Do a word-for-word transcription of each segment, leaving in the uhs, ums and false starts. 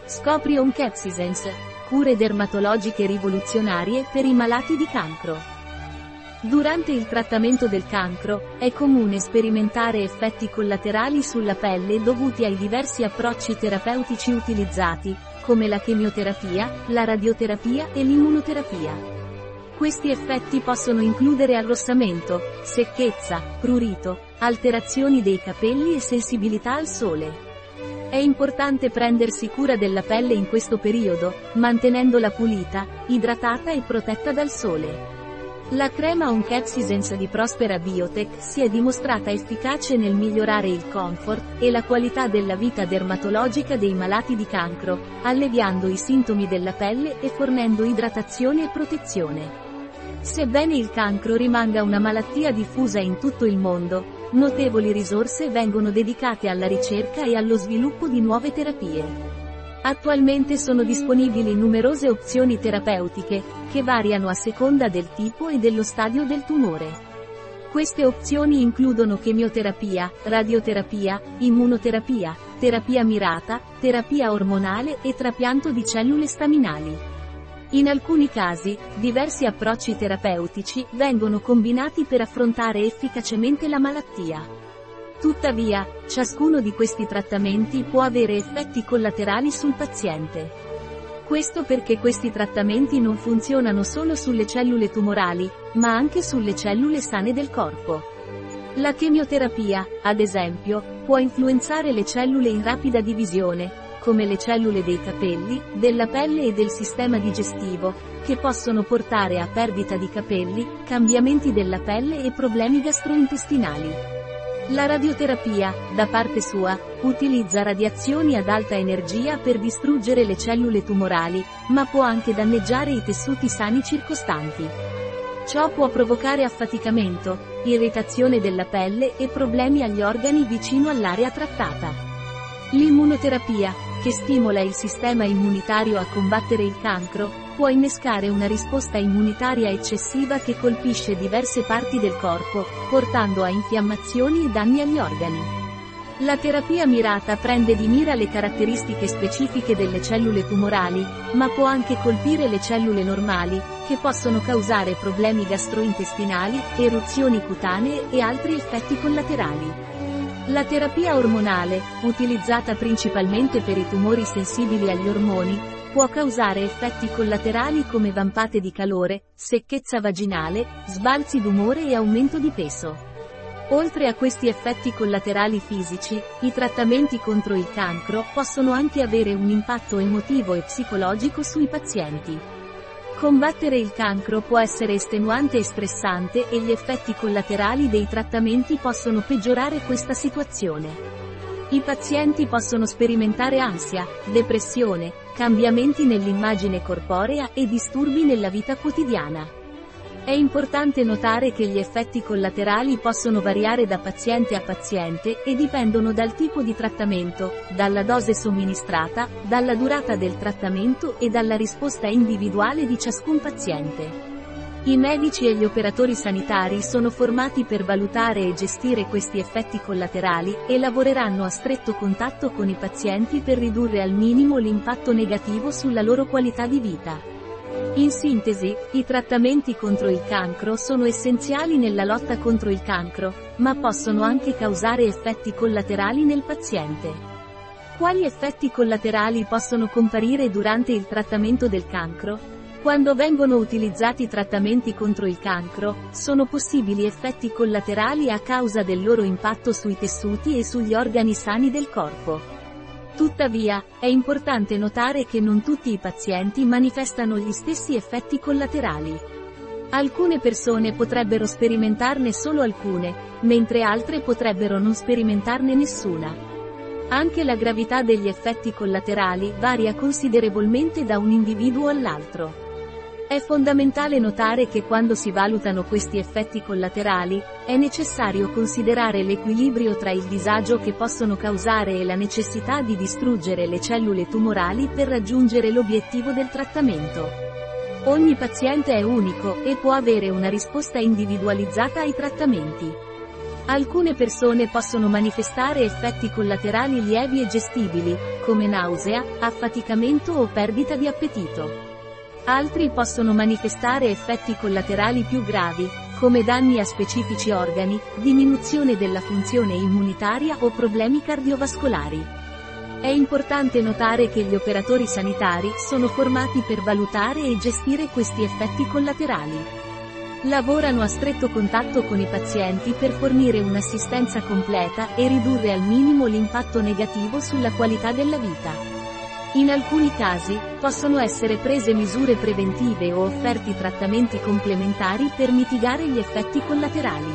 Scopri OnCapScience, cure dermatologiche rivoluzionarie per i malati di cancro. Durante il trattamento del cancro, è comune sperimentare effetti collaterali sulla pelle dovuti ai diversi approcci terapeutici utilizzati, come la chemioterapia, la radioterapia e l'immunoterapia. Questi effetti possono includere arrossamento, secchezza, prurito, alterazioni dei capelli e sensibilità al sole. È importante prendersi cura della pelle in questo periodo, mantenendola pulita, idratata e protetta dal sole. La crema OnCapScience di Prospera Biotech si è dimostrata efficace nel migliorare il comfort e la qualità della vita dermatologica dei malati di cancro, alleviando i sintomi della pelle e fornendo idratazione e protezione. Sebbene il cancro rimanga una malattia diffusa in tutto il mondo, notevoli risorse vengono dedicate alla ricerca e allo sviluppo di nuove terapie. Attualmente sono disponibili numerose opzioni terapeutiche, che variano a seconda del tipo e dello stadio del tumore. Queste opzioni includono chemioterapia, radioterapia, immunoterapia, terapia mirata, terapia ormonale e trapianto di cellule staminali. In alcuni casi, diversi approcci terapeutici vengono combinati per affrontare efficacemente la malattia. Tuttavia, ciascuno di questi trattamenti può avere effetti collaterali sul paziente. Questo perché questi trattamenti non funzionano solo sulle cellule tumorali, ma anche sulle cellule sane del corpo. La chemioterapia, ad esempio, può influenzare le cellule in rapida divisione, come le cellule dei capelli, della pelle e del sistema digestivo, che possono portare a perdita di capelli, cambiamenti della pelle e problemi gastrointestinali. La radioterapia, da parte sua, utilizza radiazioni ad alta energia per distruggere le cellule tumorali, ma può anche danneggiare i tessuti sani circostanti. Ciò può provocare affaticamento, irritazione della pelle e problemi agli organi vicino all'area trattata. L'immunoterapia, che stimola il sistema immunitario a combattere il cancro, può innescare una risposta immunitaria eccessiva che colpisce diverse parti del corpo, portando a infiammazioni e danni agli organi. La terapia mirata prende di mira le caratteristiche specifiche delle cellule tumorali, ma può anche colpire le cellule normali, che possono causare problemi gastrointestinali, eruzioni cutanee e altri effetti collaterali. La terapia ormonale, utilizzata principalmente per i tumori sensibili agli ormoni, può causare effetti collaterali come vampate di calore, secchezza vaginale, sbalzi d'umore e aumento di peso. Oltre a questi effetti collaterali fisici, i trattamenti contro il cancro possono anche avere un impatto emotivo e psicologico sui pazienti. Combattere il cancro può essere estenuante e stressante e gli effetti collaterali dei trattamenti possono peggiorare questa situazione. I pazienti possono sperimentare ansia, depressione, cambiamenti nell'immagine corporea e disturbi nella vita quotidiana. È importante notare che gli effetti collaterali possono variare da paziente a paziente e dipendono dal tipo di trattamento, dalla dose somministrata, dalla durata del trattamento e dalla risposta individuale di ciascun paziente. I medici e gli operatori sanitari sono formati per valutare e gestire questi effetti collaterali e lavoreranno a stretto contatto con i pazienti per ridurre al minimo l'impatto negativo sulla loro qualità di vita. In sintesi, i trattamenti contro il cancro sono essenziali nella lotta contro il cancro, ma possono anche causare effetti collaterali nel paziente. Quali effetti collaterali possono comparire durante il trattamento del cancro? Quando vengono utilizzati trattamenti contro il cancro, sono possibili effetti collaterali a causa del loro impatto sui tessuti e sugli organi sani del corpo. Tuttavia, è importante notare che non tutti i pazienti manifestano gli stessi effetti collaterali. Alcune persone potrebbero sperimentarne solo alcune, mentre altre potrebbero non sperimentarne nessuna. Anche la gravità degli effetti collaterali varia considerevolmente da un individuo all'altro. È fondamentale notare che quando si valutano questi effetti collaterali, è necessario considerare l'equilibrio tra il disagio che possono causare e la necessità di distruggere le cellule tumorali per raggiungere l'obiettivo del trattamento. Ogni paziente è unico e può avere una risposta individualizzata ai trattamenti. Alcune persone possono manifestare effetti collaterali lievi e gestibili, come nausea, affaticamento o perdita di appetito. Altri possono manifestare effetti collaterali più gravi, come danni a specifici organi, diminuzione della funzione immunitaria o problemi cardiovascolari. È importante notare che gli operatori sanitari sono formati per valutare e gestire questi effetti collaterali. Lavorano a stretto contatto con i pazienti per fornire un'assistenza completa e ridurre al minimo l'impatto negativo sulla qualità della vita. In alcuni casi, possono essere prese misure preventive o offerti trattamenti complementari per mitigare gli effetti collaterali.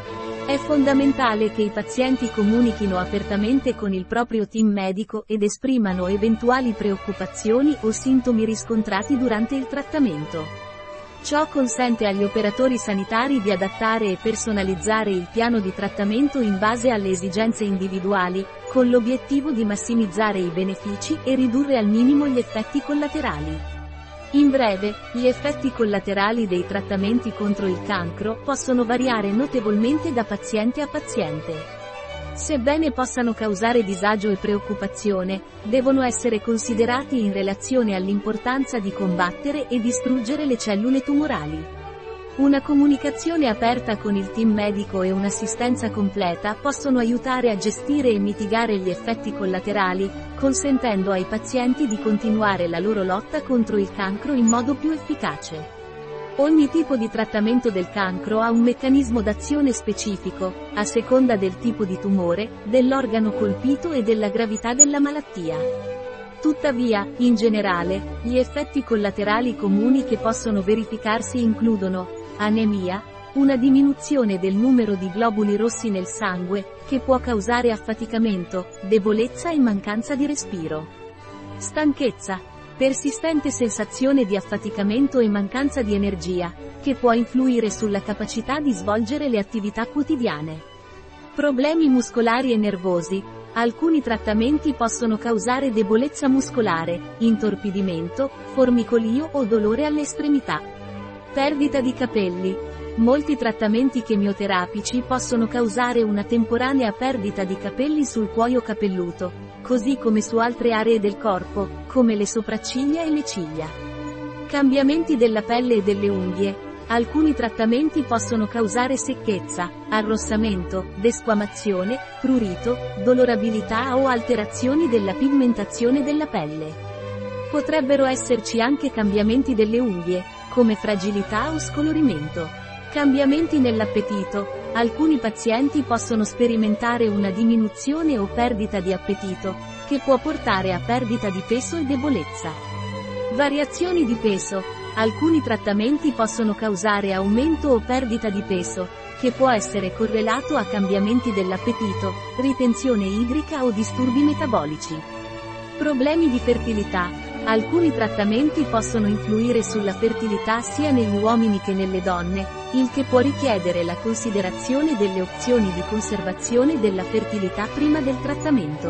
È fondamentale che i pazienti comunichino apertamente con il proprio team medico ed esprimano eventuali preoccupazioni o sintomi riscontrati durante il trattamento. Ciò consente agli operatori sanitari di adattare e personalizzare il piano di trattamento in base alle esigenze individuali, con l'obiettivo di massimizzare i benefici e ridurre al minimo gli effetti collaterali. In breve, gli effetti collaterali dei trattamenti contro il cancro possono variare notevolmente da paziente a paziente. Sebbene possano causare disagio e preoccupazione, devono essere considerati in relazione all'importanza di combattere e distruggere le cellule tumorali. Una comunicazione aperta con il team medico e un'assistenza completa possono aiutare a gestire e mitigare gli effetti collaterali, consentendo ai pazienti di continuare la loro lotta contro il cancro in modo più efficace. Ogni tipo di trattamento del cancro ha un meccanismo d'azione specifico, a seconda del tipo di tumore, dell'organo colpito e della gravità della malattia. Tuttavia, in generale, gli effetti collaterali comuni che possono verificarsi includono anemia, una diminuzione del numero di globuli rossi nel sangue, che può causare affaticamento, debolezza e mancanza di respiro. Stanchezza, persistente sensazione di affaticamento e mancanza di energia, che può influire sulla capacità di svolgere le attività quotidiane. Problemi muscolari e nervosi. Alcuni trattamenti possono causare debolezza muscolare, intorpidimento, formicolio o dolore alle estremità. Perdita di capelli. Molti trattamenti chemioterapici possono causare una temporanea perdita di capelli sul cuoio capelluto, così come su altre aree del corpo, come le sopracciglia e le ciglia. Cambiamenti della pelle e delle unghie. Alcuni trattamenti possono causare secchezza, arrossamento, desquamazione, prurito, dolorabilità o alterazioni della pigmentazione della pelle. Potrebbero esserci anche cambiamenti delle unghie, come fragilità o scolorimento. Cambiamenti nell'appetito. Alcuni pazienti possono sperimentare una diminuzione o perdita di appetito, che può portare a perdita di peso e debolezza. Variazioni di peso. Alcuni trattamenti possono causare aumento o perdita di peso, che può essere correlato a cambiamenti dell'appetito, ritenzione idrica o disturbi metabolici. Problemi di fertilità. Alcuni trattamenti possono influire sulla fertilità sia negli uomini che nelle donne, il che può richiedere la considerazione delle opzioni di conservazione della fertilità prima del trattamento.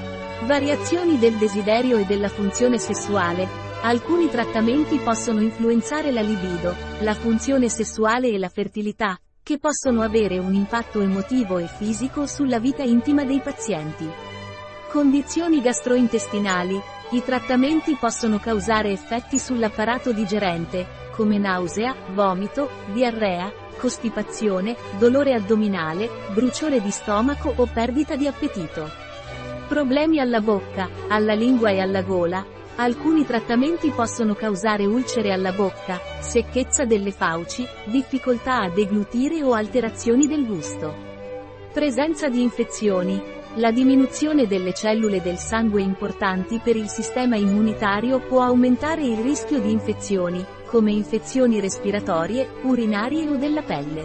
Variazioni del desiderio e della funzione sessuale. Alcuni trattamenti possono influenzare la libido, la funzione sessuale e la fertilità, che possono avere un impatto emotivo e fisico sulla vita intima dei pazienti. Condizioni gastrointestinali. I trattamenti possono causare effetti sull'apparato digerente, come nausea, vomito, diarrea, costipazione, dolore addominale, bruciore di stomaco o perdita di appetito. Problemi alla bocca, alla lingua e alla gola. Alcuni trattamenti possono causare ulcere alla bocca, secchezza delle fauci, difficoltà a deglutire o alterazioni del gusto. Presenza di infezioni. La diminuzione delle cellule del sangue importanti per il sistema immunitario può aumentare il rischio di infezioni, come infezioni respiratorie, urinarie o della pelle.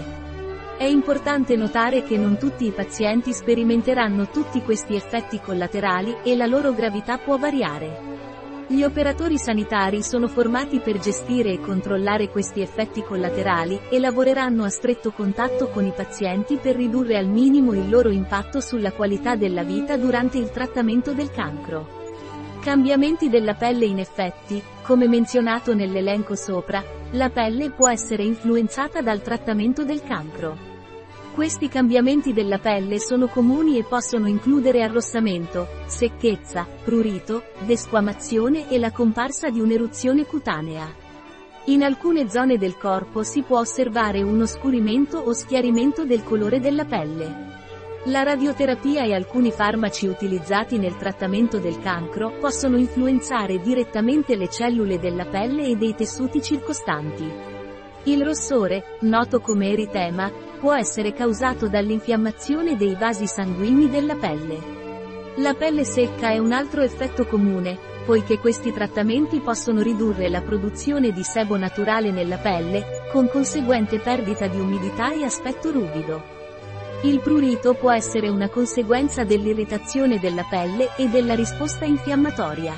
È importante notare che non tutti i pazienti sperimenteranno tutti questi effetti collaterali e la loro gravità può variare. Gli operatori sanitari sono formati per gestire e controllare questi effetti collaterali e lavoreranno a stretto contatto con i pazienti per ridurre al minimo il loro impatto sulla qualità della vita durante il trattamento del cancro. Cambiamenti della pelle. In effetti, come menzionato nell'elenco sopra, la pelle può essere influenzata dal trattamento del cancro. Questi cambiamenti della pelle sono comuni e possono includere arrossamento, secchezza, prurito, desquamazione e la comparsa di un'eruzione cutanea. In alcune zone del corpo si può osservare un oscurimento o schiarimento del colore della pelle. La radioterapia e alcuni farmaci utilizzati nel trattamento del cancro possono influenzare direttamente le cellule della pelle e dei tessuti circostanti. Il rossore, noto come eritema, può essere causato dall'infiammazione dei vasi sanguigni della pelle. La pelle secca è un altro effetto comune, poiché questi trattamenti possono ridurre la produzione di sebo naturale nella pelle, con conseguente perdita di umidità e aspetto ruvido. Il prurito può essere una conseguenza dell'irritazione della pelle e della risposta infiammatoria.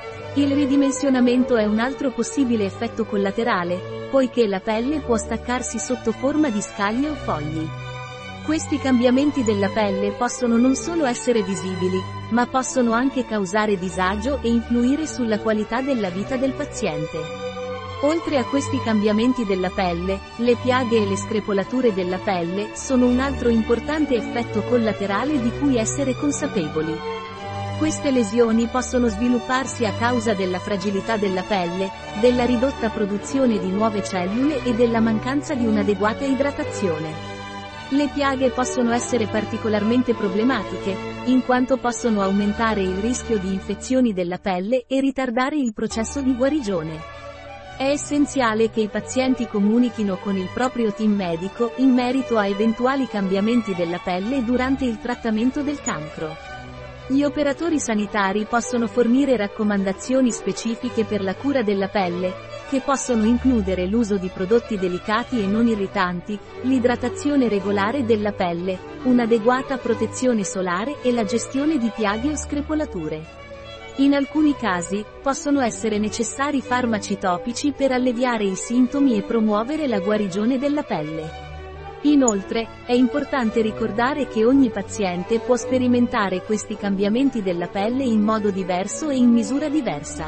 Il ridimensionamento è un altro possibile effetto collaterale, poiché la pelle può staccarsi sotto forma di scaglie o fogli. Questi cambiamenti della pelle possono non solo essere visibili, ma possono anche causare disagio e influire sulla qualità della vita del paziente. Oltre a questi cambiamenti della pelle, le piaghe e le screpolature della pelle sono un altro importante effetto collaterale di cui essere consapevoli. Queste lesioni possono svilupparsi a causa della fragilità della pelle, della ridotta produzione di nuove cellule e della mancanza di un'adeguata idratazione. Le piaghe possono essere particolarmente problematiche, in quanto possono aumentare il rischio di infezioni della pelle e ritardare il processo di guarigione. È essenziale che i pazienti comunichino con il proprio team medico in merito a eventuali cambiamenti della pelle durante il trattamento del cancro. Gli operatori sanitari possono fornire raccomandazioni specifiche per la cura della pelle, che possono includere l'uso di prodotti delicati e non irritanti, l'idratazione regolare della pelle, un'adeguata protezione solare e la gestione di piaghe o screpolature. In alcuni casi, possono essere necessari farmaci topici per alleviare i sintomi e promuovere la guarigione della pelle. Inoltre, è importante ricordare che ogni paziente può sperimentare questi cambiamenti della pelle in modo diverso e in misura diversa.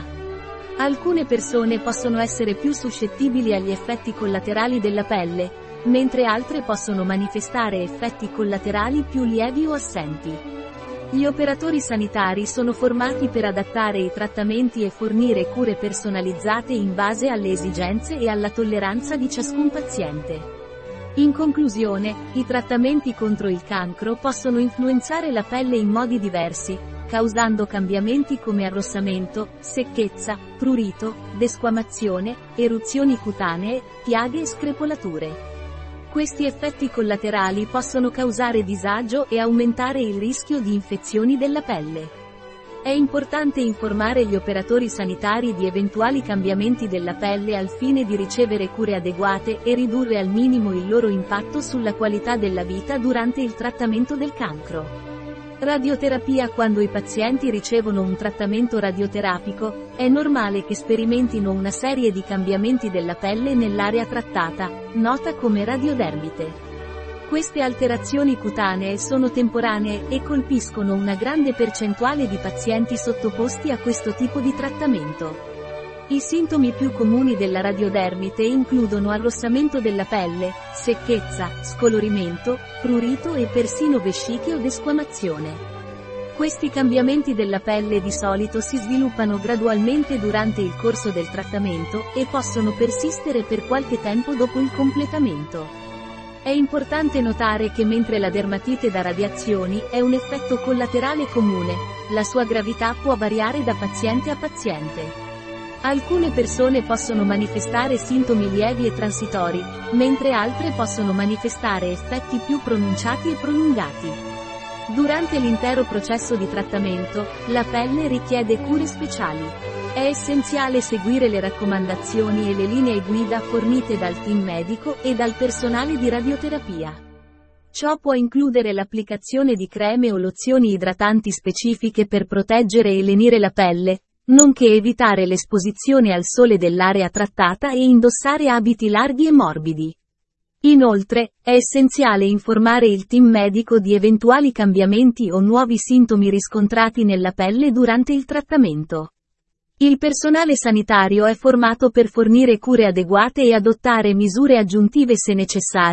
Alcune persone possono essere più suscettibili agli effetti collaterali della pelle, mentre altre possono manifestare effetti collaterali più lievi o assenti. Gli operatori sanitari sono formati per adattare i trattamenti e fornire cure personalizzate in base alle esigenze e alla tolleranza di ciascun paziente. In conclusione, i trattamenti contro il cancro possono influenzare la pelle in modi diversi, causando cambiamenti come arrossamento, secchezza, prurito, desquamazione, eruzioni cutanee, piaghe e screpolature. Questi effetti collaterali possono causare disagio e aumentare il rischio di infezioni della pelle. È importante informare gli operatori sanitari di eventuali cambiamenti della pelle al fine di ricevere cure adeguate e ridurre al minimo il loro impatto sulla qualità della vita durante il trattamento del cancro. Radioterapia. Quando i pazienti ricevono un trattamento radioterapico, è normale che sperimentino una serie di cambiamenti della pelle nell'area trattata, nota come radiodermite. Queste alterazioni cutanee sono temporanee e colpiscono una grande percentuale di pazienti sottoposti a questo tipo di trattamento. I sintomi più comuni della radiodermite includono arrossamento della pelle, secchezza, scolorimento, prurito e persino vesciche o desquamazione. Questi cambiamenti della pelle di solito si sviluppano gradualmente durante il corso del trattamento e possono persistere per qualche tempo dopo il completamento. È importante notare che mentre la dermatite da radiazioni è un effetto collaterale comune, la sua gravità può variare da paziente a paziente. Alcune persone possono manifestare sintomi lievi e transitori, mentre altre possono manifestare effetti più pronunciati e prolungati. Durante l'intero processo di trattamento, la pelle richiede cure speciali. È essenziale seguire le raccomandazioni e le linee guida fornite dal team medico e dal personale di radioterapia. Ciò può includere l'applicazione di creme o lozioni idratanti specifiche per proteggere e lenire la pelle, nonché evitare l'esposizione al sole dell'area trattata e indossare abiti larghi e morbidi. Inoltre, è essenziale informare il team medico di eventuali cambiamenti o nuovi sintomi riscontrati nella pelle durante il trattamento. Il personale sanitario è formato per fornire cure adeguate e adottare misure aggiuntive se necessario,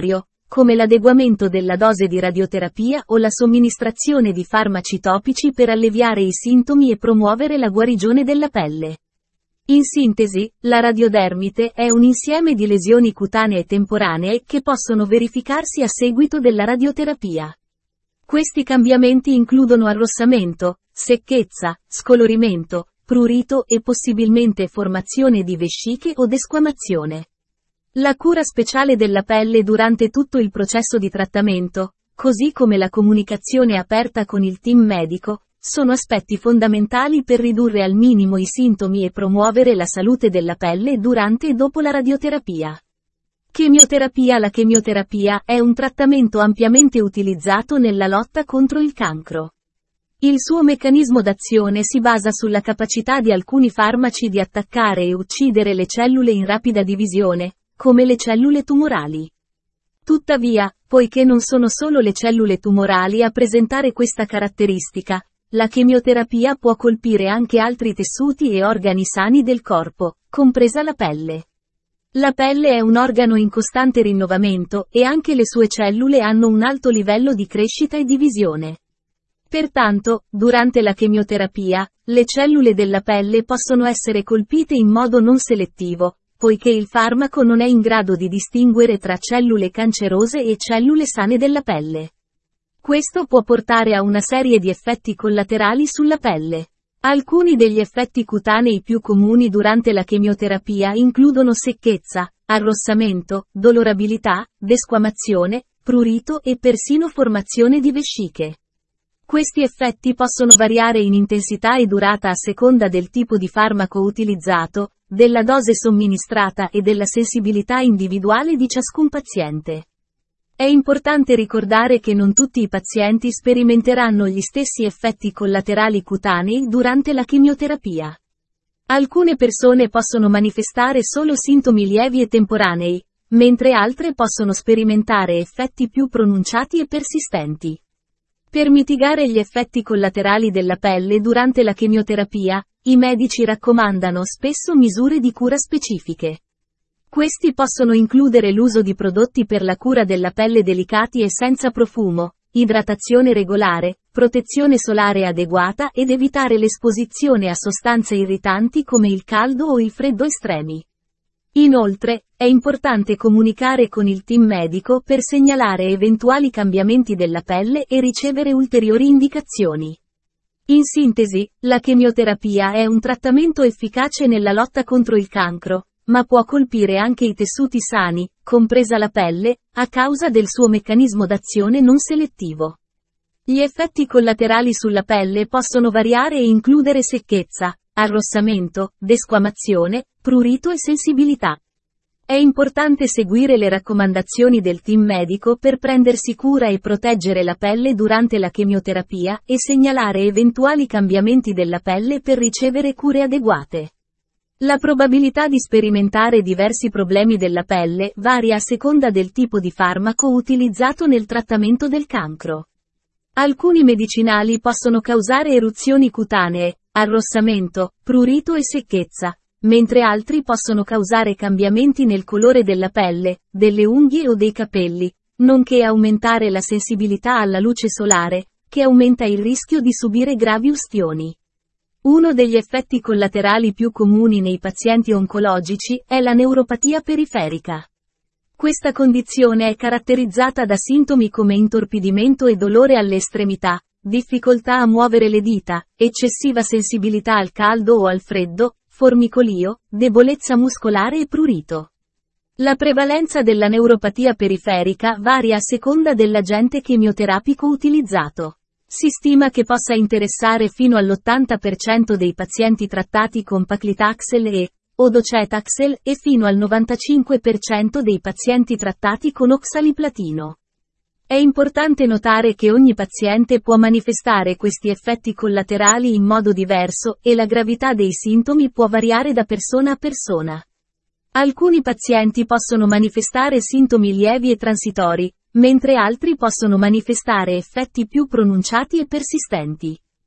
come l'adeguamento della dose di radioterapia o la somministrazione di farmaci topici per alleviare i sintomi e promuovere la guarigione della pelle. In sintesi, la radiodermite è un insieme di lesioni cutanee temporanee che possono verificarsi a seguito della radioterapia. Questi cambiamenti includono arrossamento, secchezza, scolorimento, prurito e possibilmente formazione di vesciche o desquamazione. La cura speciale della pelle durante tutto il processo di trattamento, così come la comunicazione aperta con il team medico, sono aspetti fondamentali per ridurre al minimo i sintomi e promuovere la salute della pelle durante e dopo la radioterapia. Chemioterapia. La chemioterapia è un trattamento ampiamente utilizzato nella lotta contro il cancro. Il suo meccanismo d'azione si basa sulla capacità di alcuni farmaci di attaccare e uccidere le cellule in rapida divisione, come le cellule tumorali. Tuttavia, poiché non sono solo le cellule tumorali a presentare questa caratteristica, la chemioterapia può colpire anche altri tessuti e organi sani del corpo, compresa la pelle. La pelle è un organo in costante rinnovamento e anche le sue cellule hanno un alto livello di crescita e divisione. Pertanto, durante la chemioterapia, le cellule della pelle possono essere colpite in modo non selettivo, poiché il farmaco non è in grado di distinguere tra cellule cancerose e cellule sane della pelle. Questo può portare a una serie di effetti collaterali sulla pelle. Alcuni degli effetti cutanei più comuni durante la chemioterapia includono secchezza, arrossamento, dolorabilità, desquamazione, prurito e persino formazione di vesciche. Questi effetti possono variare in intensità e durata a seconda del tipo di farmaco utilizzato, della dose somministrata e della sensibilità individuale di ciascun paziente. È importante ricordare che non tutti i pazienti sperimenteranno gli stessi effetti collaterali cutanei durante la chemioterapia. Alcune persone possono manifestare solo sintomi lievi e temporanei, mentre altre possono sperimentare effetti più pronunciati e persistenti. Per mitigare gli effetti collaterali della pelle durante la chemioterapia, i medici raccomandano spesso misure di cura specifiche. Questi possono includere l'uso di prodotti per la cura della pelle delicati e senza profumo, idratazione regolare, protezione solare adeguata ed evitare l'esposizione a sostanze irritanti come il caldo o il freddo estremi. Inoltre, è importante comunicare con il team medico per segnalare eventuali cambiamenti della pelle e ricevere ulteriori indicazioni. In sintesi, la chemioterapia è un trattamento efficace nella lotta contro il cancro, ma può colpire anche i tessuti sani, compresa la pelle, a causa del suo meccanismo d'azione non selettivo. Gli effetti collaterali sulla pelle possono variare e includere secchezza, arrossamento, desquamazione, prurito e sensibilità. È importante seguire le raccomandazioni del team medico per prendersi cura e proteggere la pelle durante la chemioterapia e segnalare eventuali cambiamenti della pelle per ricevere cure adeguate. La probabilità di sperimentare diversi problemi della pelle varia a seconda del tipo di farmaco utilizzato nel trattamento del cancro. Alcuni medicinali possono causare eruzioni cutanee, arrossamento, prurito e secchezza, mentre altri possono causare cambiamenti nel colore della pelle, delle unghie o dei capelli, nonché aumentare la sensibilità alla luce solare, che aumenta il rischio di subire gravi ustioni. Uno degli effetti collaterali più comuni nei pazienti oncologici è la neuropatia periferica. Questa condizione è caratterizzata da sintomi come intorpidimento e dolore alle estremità, difficoltà a muovere le dita, eccessiva sensibilità al caldo o al freddo, formicolio, debolezza muscolare e prurito. La prevalenza della neuropatia periferica varia a seconda dell'agente chemioterapico utilizzato. Si stima che possa interessare fino all'ottanta per cento dei pazienti trattati con paclitaxel e o docetaxel e fino al novantacinque per cento dei pazienti trattati con oxaliplatino. È importante notare che ogni paziente può manifestare questi effetti collaterali in modo diverso e la gravità dei sintomi può variare da persona a persona. Alcuni pazienti possono manifestare sintomi lievi e transitori, mentre altri possono manifestare effetti più pronunciati e persistenti.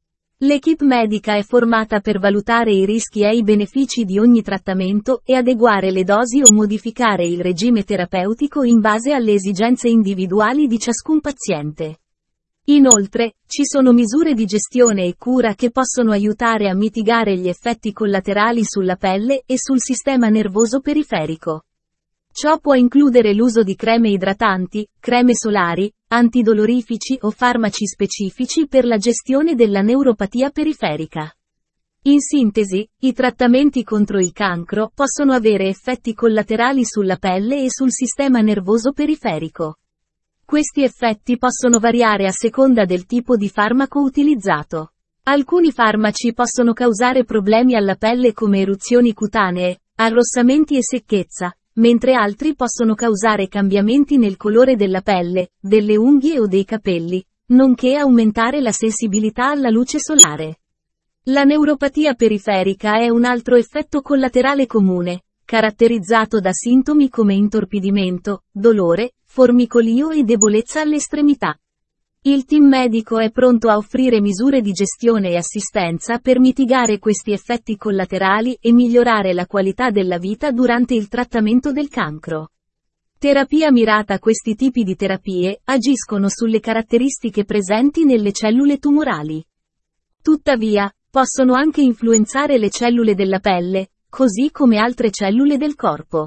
L'equipe medica è formata per valutare i rischi e i benefici di ogni trattamento e adeguare le dosi o modificare il regime terapeutico in base alle esigenze individuali di ciascun paziente. Inoltre, ci sono misure di gestione e cura che possono aiutare a mitigare gli effetti collaterali sulla pelle e sul sistema nervoso periferico. Ciò può includere l'uso di creme idratanti, creme solari, antidolorifici o farmaci specifici per la gestione della neuropatia periferica. In sintesi, i trattamenti contro il cancro possono avere effetti collaterali sulla pelle e sul sistema nervoso periferico. Questi effetti possono variare a seconda del tipo di farmaco utilizzato. Alcuni farmaci possono causare problemi alla pelle come eruzioni cutanee, arrossamenti e secchezza, mentre altri possono causare cambiamenti nel colore della pelle, delle unghie o dei capelli, nonché aumentare la sensibilità alla luce solare. La neuropatia periferica è un altro effetto collaterale comune, caratterizzato da sintomi come intorpidimento, dolore, formicolio e debolezza alle estremità. Il team medico è pronto a offrire misure di gestione e assistenza per mitigare questi effetti collaterali e migliorare la qualità della vita durante il trattamento del cancro. Terapia mirata. Questi tipi di terapie agiscono sulle caratteristiche presenti nelle cellule tumorali. Tuttavia, possono anche influenzare le cellule della pelle, così come altre cellule del corpo.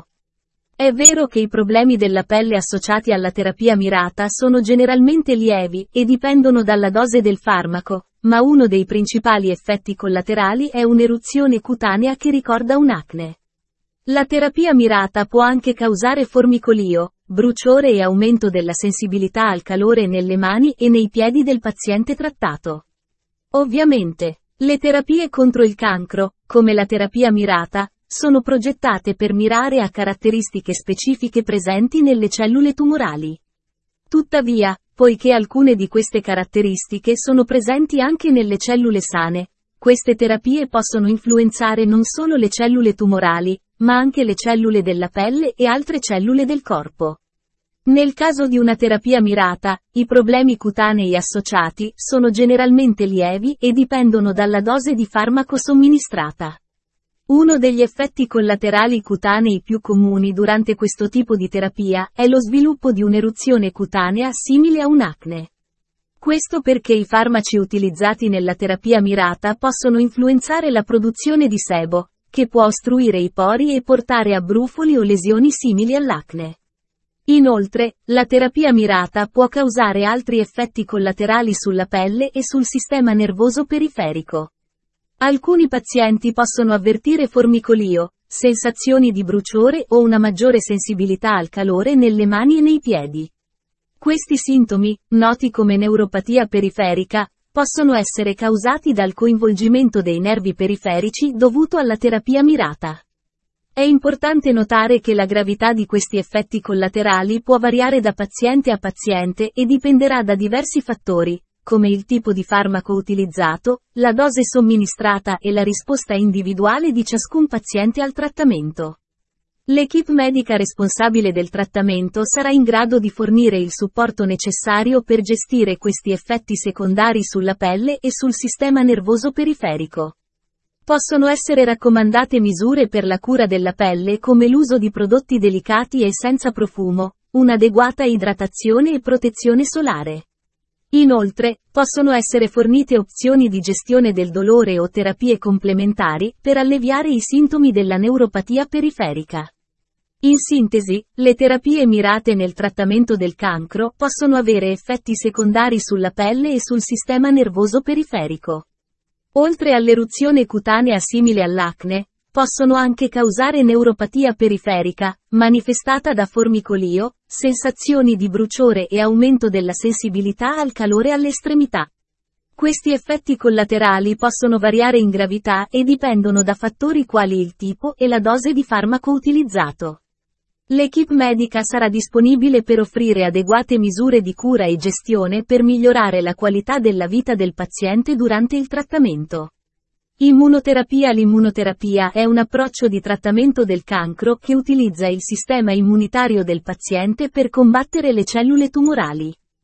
È vero che i problemi della pelle associati alla terapia mirata sono generalmente lievi e dipendono dalla dose del farmaco, ma uno dei principali effetti collaterali è un'eruzione cutanea che ricorda un'acne. La terapia mirata può anche causare formicolio, bruciore e aumento della sensibilità al calore nelle mani e nei piedi del paziente trattato. Ovviamente, le terapie contro il cancro, come la terapia mirata, sono progettate per mirare a caratteristiche specifiche presenti nelle cellule tumorali. Tuttavia, poiché alcune di queste caratteristiche sono presenti anche nelle cellule sane, queste terapie possono influenzare non solo le cellule tumorali, ma anche le cellule della pelle e altre cellule del corpo. Nel caso di una terapia mirata, i problemi cutanei associati sono generalmente lievi e dipendono dalla dose di farmaco somministrata. Uno degli effetti collaterali cutanei più comuni durante questo tipo di terapia è lo sviluppo di un'eruzione cutanea simile a un'acne. Questo perché i farmaci utilizzati nella terapia mirata possono influenzare la produzione di sebo, che può ostruire i pori e portare a brufoli o lesioni simili all'acne. Inoltre, la terapia mirata può causare altri effetti collaterali sulla pelle e sul sistema nervoso periferico. Alcuni pazienti possono avvertire formicolio, sensazioni di bruciore o una maggiore sensibilità al calore nelle mani e nei piedi. Questi sintomi, noti come neuropatia periferica, possono essere causati dal coinvolgimento dei nervi periferici dovuto alla terapia mirata. È importante notare che la gravità di questi effetti collaterali può variare da paziente a paziente e dipenderà da diversi fattori, come il tipo di farmaco utilizzato, la dose somministrata e la risposta individuale di ciascun paziente al trattamento. L'equipe medica responsabile del trattamento sarà in grado di fornire il supporto necessario per gestire questi effetti secondari sulla pelle e sul sistema nervoso periferico. Possono essere raccomandate misure per la cura della pelle come l'uso di prodotti delicati e senza profumo, un'adeguata idratazione e protezione solare. Inoltre, possono essere fornite opzioni di gestione del dolore o terapie complementari per alleviare i sintomi della neuropatia periferica. In sintesi, le terapie mirate nel trattamento del cancro possono avere effetti secondari sulla pelle e sul sistema nervoso periferico. Oltre all'eruzione cutanea simile all'acne, possono anche causare neuropatia periferica, manifestata da formicolio, sensazioni di bruciore e aumento della sensibilità al calore alle estremità. Questi effetti collaterali possono variare in gravità e dipendono da fattori quali il tipo e la dose di farmaco utilizzato. L'equipe medica sarà disponibile per offrire adeguate misure di cura e gestione per migliorare la qualità della vita del paziente durante il trattamento. Immunoterapia. L'immunoterapia è un approccio di trattamento del cancro che utilizza il sistema immunitario del paziente per combattere le cellule tumorali.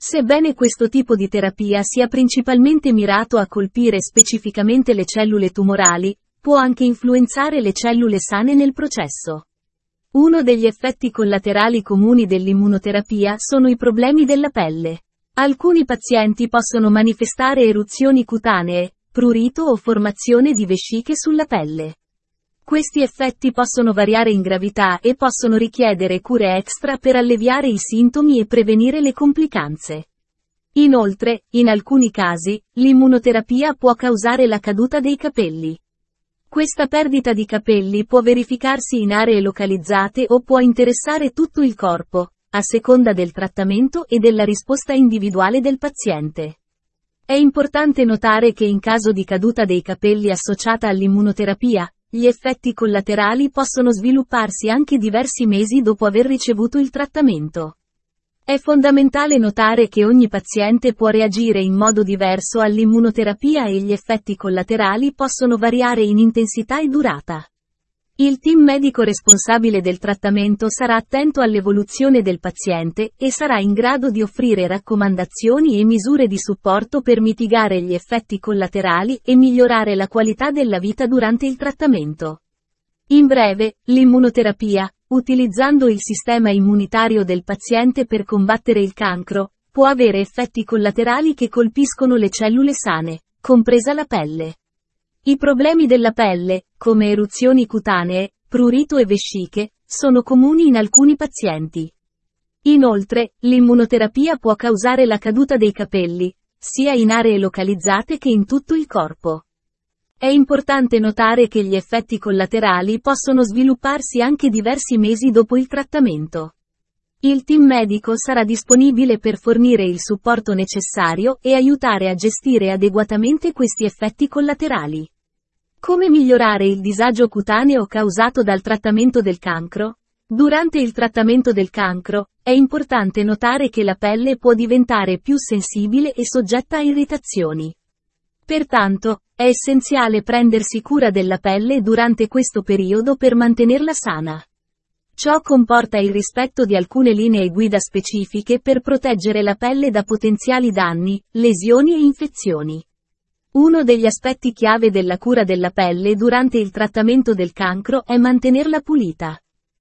Sebbene questo tipo di terapia sia principalmente mirato a colpire specificamente le cellule tumorali, può anche influenzare le cellule sane nel processo. Uno degli effetti collaterali comuni dell'immunoterapia sono i problemi della pelle. Alcuni pazienti possono manifestare eruzioni cutanee, prurito o formazione di vesciche sulla pelle. Questi effetti possono variare in gravità e possono richiedere cure extra per alleviare i sintomi e prevenire le complicanze. Inoltre, in alcuni casi, l'immunoterapia può causare la caduta dei capelli. Questa perdita di capelli può verificarsi in aree localizzate o può interessare tutto il corpo, a seconda del trattamento e della risposta individuale del paziente. È importante notare che in caso di caduta dei capelli associata all'immunoterapia, gli effetti collaterali possono svilupparsi anche diversi mesi dopo aver ricevuto il trattamento. È fondamentale notare che ogni paziente può reagire in modo diverso all'immunoterapia e gli effetti collaterali possono variare in intensità e durata. Il team medico responsabile del trattamento sarà attento all'evoluzione del paziente e sarà in grado di offrire raccomandazioni e misure di supporto per mitigare gli effetti collaterali e migliorare la qualità della vita durante il trattamento. In breve, l'immunoterapia, utilizzando il sistema immunitario del paziente per combattere il cancro, può avere effetti collaterali che colpiscono le cellule sane, compresa la pelle. I problemi della pelle, come eruzioni cutanee, prurito e vesciche, sono comuni in alcuni pazienti. Inoltre, l'immunoterapia può causare la caduta dei capelli, sia in aree localizzate che in tutto il corpo. È importante notare che gli effetti collaterali possono svilupparsi anche diversi mesi dopo il trattamento. Il team medico sarà disponibile per fornire il supporto necessario e aiutare a gestire adeguatamente questi effetti collaterali. Come migliorare il disagio cutaneo causato dal trattamento del cancro? Durante il trattamento del cancro, è importante notare che la pelle può diventare più sensibile e soggetta a irritazioni. Pertanto, è essenziale prendersi cura della pelle durante questo periodo per mantenerla sana. Ciò comporta il rispetto di alcune linee guida specifiche per proteggere la pelle da potenziali danni, lesioni e infezioni. Uno degli aspetti chiave della cura della pelle durante il trattamento del cancro è mantenerla pulita.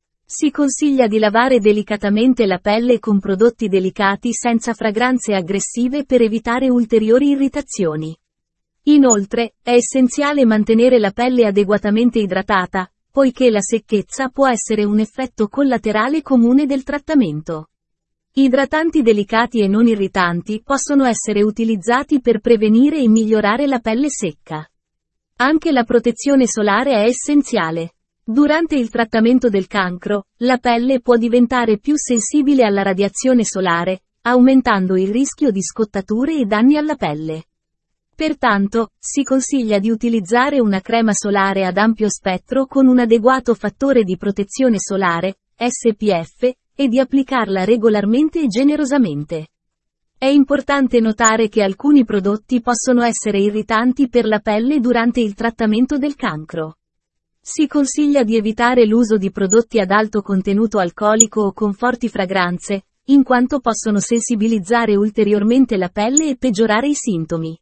Si consiglia di lavare delicatamente la pelle con prodotti delicati senza fragranze aggressive per evitare ulteriori irritazioni. Inoltre, è essenziale mantenere la pelle adeguatamente idratata, poiché la secchezza può essere un effetto collaterale comune del trattamento. Idratanti delicati e non irritanti possono essere utilizzati per prevenire e migliorare la pelle secca. Anche la protezione solare è essenziale. Durante il trattamento del cancro, la pelle può diventare più sensibile alla radiazione solare, aumentando il rischio di scottature e danni alla pelle. Pertanto, si consiglia di utilizzare una crema solare ad ampio spettro con un adeguato fattore di protezione solare, S P F, e di applicarla regolarmente e generosamente. È importante notare che alcuni prodotti possono essere irritanti per la pelle durante il trattamento del cancro. Si consiglia di evitare l'uso di prodotti ad alto contenuto alcolico o con forti fragranze, in quanto possono sensibilizzare ulteriormente la pelle e peggiorare i sintomi.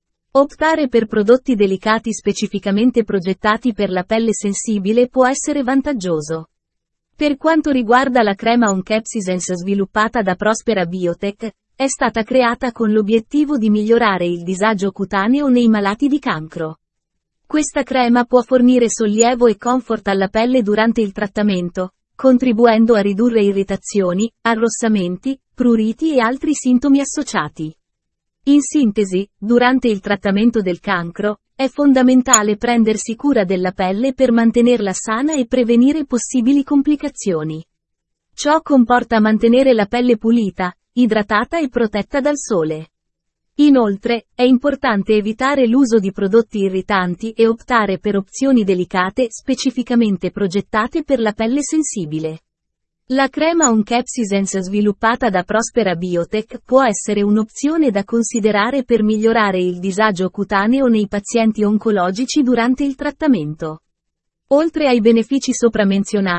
Optare per prodotti delicati specificamente progettati per la pelle sensibile può essere vantaggioso. Per quanto riguarda la crema OnCapsisens sviluppata da Prospera Biotech, è stata creata con l'obiettivo di migliorare il disagio cutaneo nei malati di cancro. Questa crema può fornire sollievo e comfort alla pelle durante il trattamento, contribuendo a ridurre irritazioni, arrossamenti, pruriti e altri sintomi associati. In sintesi, durante il trattamento del cancro, è fondamentale prendersi cura della pelle per mantenerla sana e prevenire possibili complicazioni. Ciò comporta mantenere la pelle pulita, idratata e protetta dal sole. Inoltre, è importante evitare l'uso di prodotti irritanti e optare per opzioni delicate specificamente progettate per la pelle sensibile. La crema OnCapsisens sviluppata da Prospera Biotech può essere un'opzione da considerare per migliorare il disagio cutaneo nei pazienti oncologici durante il trattamento. Oltre ai benefici sopra menzionati,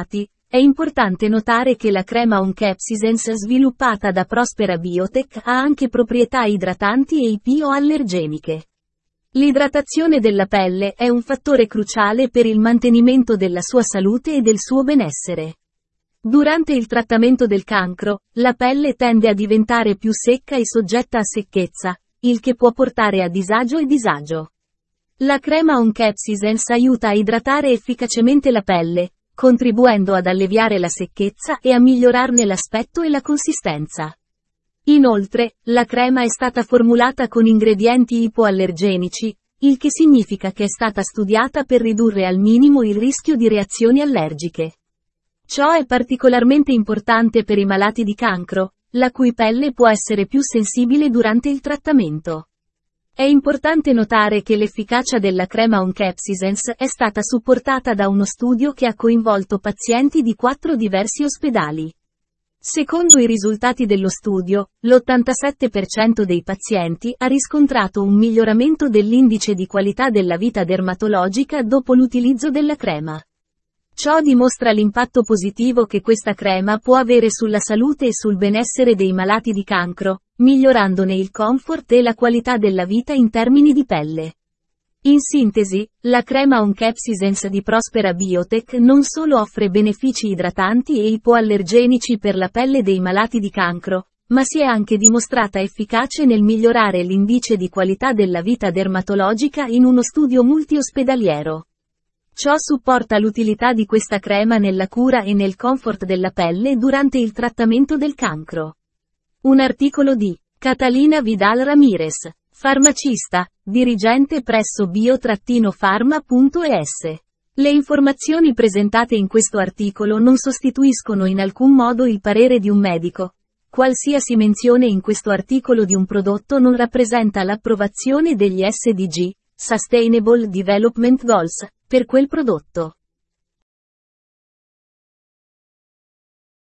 È importante notare che la crema On Capsisens sviluppata da Prospera Biotech ha anche proprietà idratanti e ipoallergeniche. L'idratazione della pelle è un fattore cruciale per il mantenimento della sua salute e del suo benessere. Durante il trattamento del cancro, la pelle tende a diventare più secca e soggetta a secchezza, il che può portare a disagio e disagio. La crema On Capsisens aiuta a idratare efficacemente la pelle, contribuendo ad alleviare la secchezza e a migliorarne l'aspetto e la consistenza. Inoltre, la crema è stata formulata con ingredienti ipoallergenici, il che significa che è stata studiata per ridurre al minimo il rischio di reazioni allergiche. Ciò è particolarmente importante per i malati di cancro, la cui pelle può essere più sensibile durante il trattamento. È importante notare che l'efficacia della crema On Capsisens è stata supportata da uno studio che ha coinvolto pazienti di quattro diversi ospedali. Secondo i risultati dello studio, l'ottantasette per cento dei pazienti ha riscontrato un miglioramento dell'indice di qualità della vita dermatologica dopo l'utilizzo della crema. Ciò dimostra l'impatto positivo che questa crema può avere sulla salute e sul benessere dei malati di cancro, migliorandone il comfort e la qualità della vita in termini di pelle. In sintesi, la crema On Capsisens di Prospera Biotech non solo offre benefici idratanti e ipoallergenici per la pelle dei malati di cancro, ma si è anche dimostrata efficace nel migliorare l'indice di qualità della vita dermatologica in uno studio multiospedaliero. Ciò supporta l'utilità di questa crema nella cura e nel comfort della pelle durante il trattamento del cancro. Un articolo di Catalina Vidal Ramirez, farmacista, dirigente presso bio-pharma punto es. Le informazioni presentate in questo articolo non sostituiscono in alcun modo il parere di un medico. Qualsiasi menzione in questo articolo di un prodotto non rappresenta l'approvazione degli S D G, Sustainable Development Goals, per quel prodotto.